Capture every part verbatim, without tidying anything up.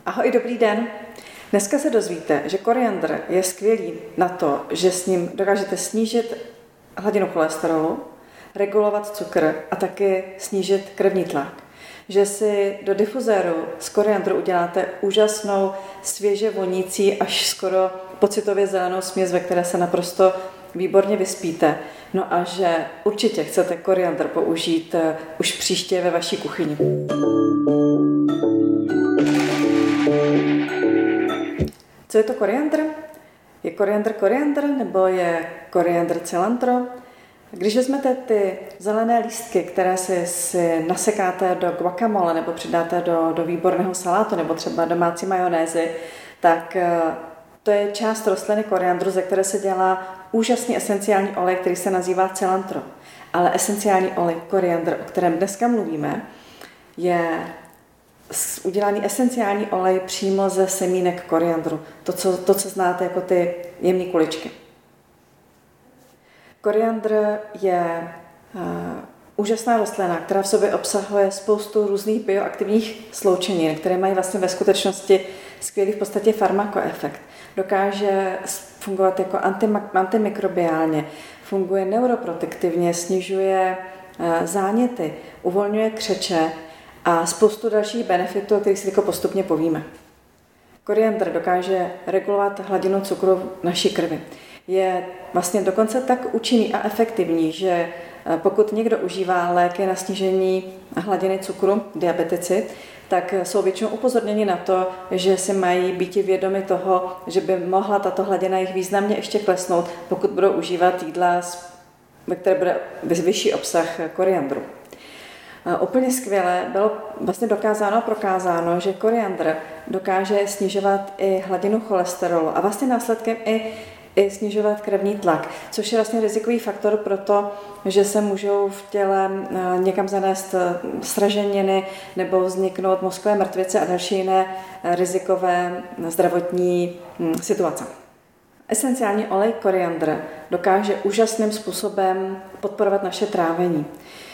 Ahoj, dobrý den. Dneska se dozvíte, že koriandr je skvělý na to, že s ním dokážete snížit hladinu cholesterolu, regulovat cukr a taky snížit krevní tlak. Že si do difuzéru z koriandru uděláte úžasnou, svěže vonící, až skoro pocitově zelenou směs, ve které se naprosto výborně vyspíte. No a že určitě chcete koriandr použít už příště ve vaší kuchyni. Co je to koriandr? Je koriandr koriandr nebo je koriandr cilantro? Když vezmete ty zelené lístky, které si, si nasekáte do guacamole nebo přidáte do, do výborného salátu nebo třeba domácí majonézy, tak to je část rostliny koriandru, ze které se dělá úžasný esenciální olej, který se nazývá cilantro. Ale esenciální olej koriandr, o kterém dneska mluvíme, je udělaný esenciální olej přímo ze semínek koriandru. To, co, to, co znáte jako ty jemné kuličky. Koriandr je uh, úžasná rostlina, která v sobě obsahuje spoustu různých bioaktivních sloučenin, které mají vlastně ve skutečnosti skvělý v podstatě farmakoefekt. Dokáže fungovat jako antimikrobiálně, funguje neuroprotektivně, snižuje uh, záněty, uvolňuje křeče a spoustu dalších benefitů, o kterých si postupně povíme. Koriandr dokáže regulovat hladinu cukru v naší krvi. Je vlastně dokonce tak účinný a efektivní, že pokud někdo užívá léky na snížení hladiny cukru, diabetici, tak jsou většinou upozorněni na to, že si mají být vědomi toho, že by mohla tato hladina jich významně ještě klesnout, pokud budou užívat jídla, ve které bude vyšší obsah koriandru. Úplně skvěle bylo vlastně dokázáno a prokázáno, že koriandr dokáže snižovat i hladinu cholesterolu a vlastně následkem i, i snižovat krevní tlak, což je vlastně rizikový faktor pro to, že se můžou v těle někam zanést sraženiny nebo vzniknout mozkové mrtvice a další jiné rizikové zdravotní situace. Esenciální olej koriandr dokáže úžasným způsobem podporovat naše trávení.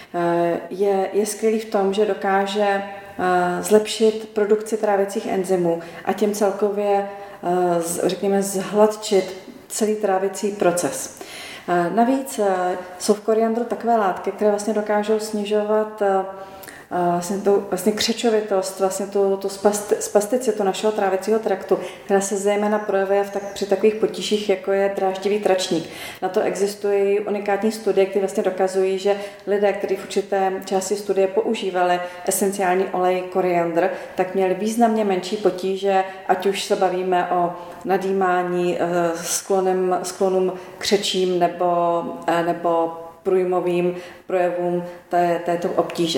Je, je skvělý v tom, že dokáže zlepšit produkci trávicích enzymů a tím celkově, řekněme, zhladčit celý trávicí proces. Navíc jsou v koriandru takové látky, které vlastně dokážou snižovat vlastně tu vlastně křečovitost, vlastně tu, tu spasticitu našeho trávicího traktu, která se zejména projevuje v tak, při takových potížích, jako je dráždivý tračník. Na to existují unikátní studie, které vlastně dokazují, že lidé, kteří v určité části studie používali esenciální olej koriandr, tak měli významně menší potíže, ať už se bavíme o nadýmání, sklonem, sklonům křečím nebo, nebo průjmovým projevům té, této obtíže.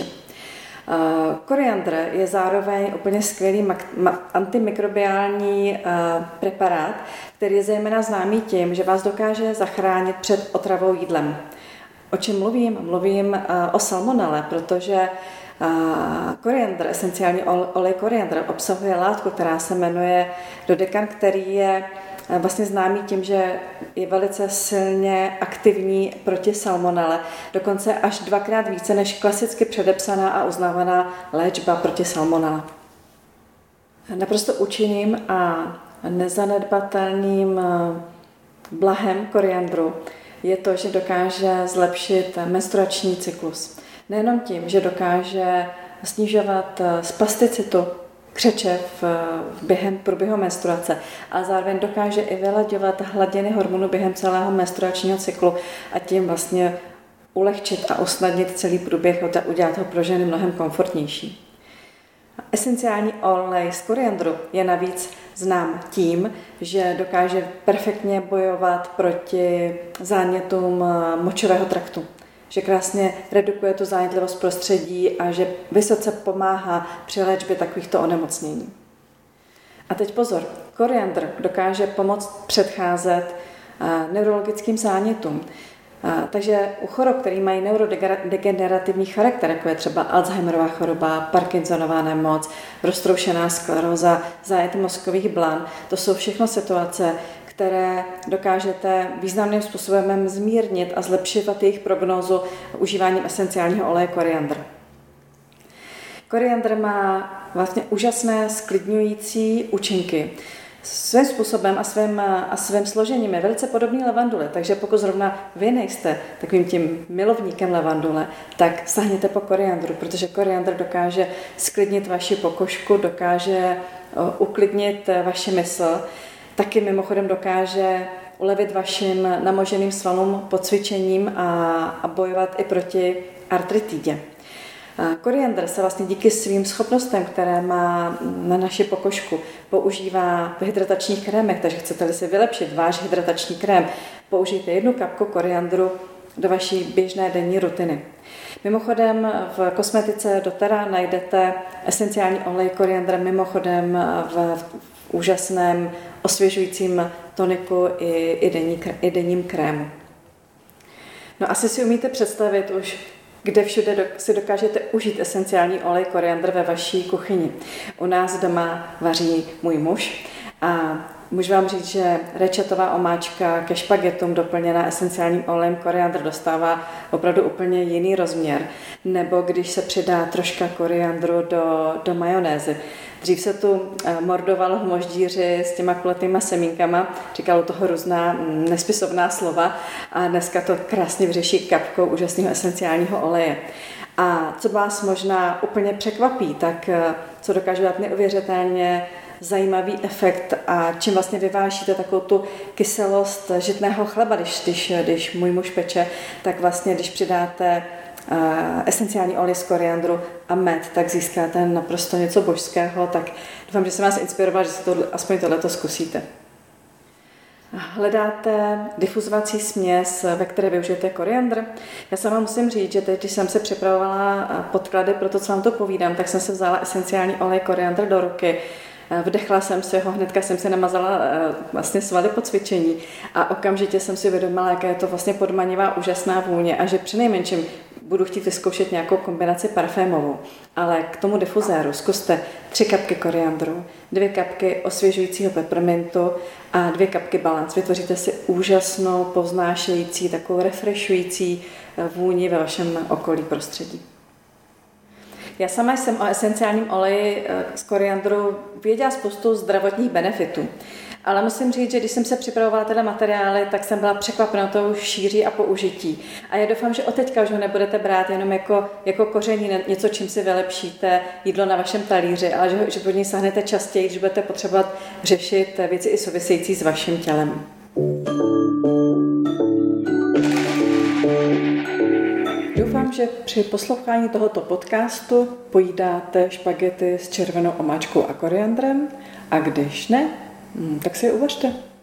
Koriandr je zároveň úplně skvělý antimikrobiální preparát, který je zejména známý tím, že vás dokáže zachránit před otravou jídlem. O čem mluvím? Mluvím o salmonelle, protože koriandr, esenciální olej koriandr obsahuje látku, která se jmenuje dodekan, který je vlastně známý tím, že je velice silně aktivní proti salmonelle, dokonce až dvakrát více než klasicky předepsaná a uznávaná léčba proti salmonelle. Naprosto účinným a nezanedbatelným blahem koriandru je to, že dokáže zlepšit menstruační cyklus. Nejenom tím, že dokáže snižovat spasticitu křeče v, během průběhu menstruace a zároveň dokáže i vylaďovat hladiny hormonů během celého menstruačního cyklu a tím vlastně ulehčit a usnadnit celý průběh a udělat ho pro ženy mnohem komfortnější. Esenciální olej z koriandru je navíc znám tím, že dokáže perfektně bojovat proti zánětům močového traktu, že krásně redukuje tu zánětlivost prostředí a že vysoce pomáhá při léčbě takovýchto onemocnění. A teď pozor, koriandr dokáže pomoct předcházet neurologickým zánětům. Takže u chorob, které mají neurodegenerativní charakter, jako je třeba Alzheimerova choroba, Parkinsonová nemoc, roztroušená skleróza, zánět mozkových blan, to jsou všechno situace, které dokážete významným způsobem zmírnit a zlepšit jejich prognózu užíváním esenciálního oleje koriandr. Koriandr má vlastně úžasné sklidňující účinky. Svým způsobem a svým, a svým složením je velice podobný levandule, takže pokud zrovna vy nejste takovým tím milovníkem levandule, tak sahněte po koriandru, protože koriandr dokáže sklidnit vaši pokožku, dokáže uklidnit vaši mysl, taky mimochodem dokáže ulevit vašim namoženým svalům pod cvičením a, a bojovat i proti artritidě. Koriandr se vlastně díky svým schopnostem, které má na naši pokožku, používá v hydratačních krémech, takže chcete-li si vylepšit váš hydratační krém, použijte jednu kapku koriandru do vaší běžné denní rutiny. Mimochodem v kosmetice doTERRA najdete esenciální olej koriandr, mimochodem v, v úžasném osvěžujícím toniku i, i, denní, i denním krému. No asi si umíte představit už, kde všude si dokážete užít esenciální olej koriandr ve vaší kuchyni. U nás doma vaří můj muž a můžu vám říct, že rečetová omáčka ke špagetům doplněná esenciálním olejem koriandr dostává opravdu úplně jiný rozměr. Nebo když se přidá troška koriandru do, do majonézy. Dřív se tu mordovalo v moždíři s těma kulatýma semínkama, říkalo toho různá nespisovná slova a dneska to krásně vyřeší kapkou úžasného esenciálního oleje. A co vás možná úplně překvapí, tak co dokáže dát neuvěřitelně zajímavý efekt a čím vlastně vyvážíte takovou tu kyselost žitného chleba, když, když, když můj muž peče, tak vlastně když přidáte esenciální olej z koriandru a med, tak získáte naprosto něco božského, tak doufám, že jsem vás inspirovala, že si to, aspoň tohleto zkusíte. Hledáte difuzovací směs, ve které využijete koriandr? Já sama musím říct, že teď, když jsem se připravovala podklady pro to, co vám to povídám, tak jsem se vzala esenciální olej koriandr do ruky. Vdechla jsem si ho, hnedka jsem si namazala vlastně svaly po cvičení a okamžitě jsem si uvědomila, jaká je to vlastně podmanivá úžasná vůně a že přinejmenším budu chtít vyzkoušet nějakou kombinaci parfémovou. Ale k tomu difuzéru zkuste tři kapky koriandru, dvě kapky osvěžujícího peppermintu a dvě kapky balance. Vytvoříte si úžasnou, povznášející, takovou refreshující vůni ve vašem okolí prostředí. Já sama jsem o esenciálním oleji z koriandru věděla spoustu zdravotních benefitů. Ale musím říct, že když jsem se připravovala tyhle materiály, tak jsem byla překvapena tou šíří a použití. A já doufám, že od teďka už ho nebudete brát jenom jako, jako koření, něco, čím si vylepšíte jídlo na vašem talíři, ale že, že pod ní sahnete častěji, když budete potřebovat řešit věci i související s vaším tělem. Doufám, že při poslouchání tohoto podcastu pojídáte špagety s červenou omáčkou a koriandrem a když ne, tak si je uvařte.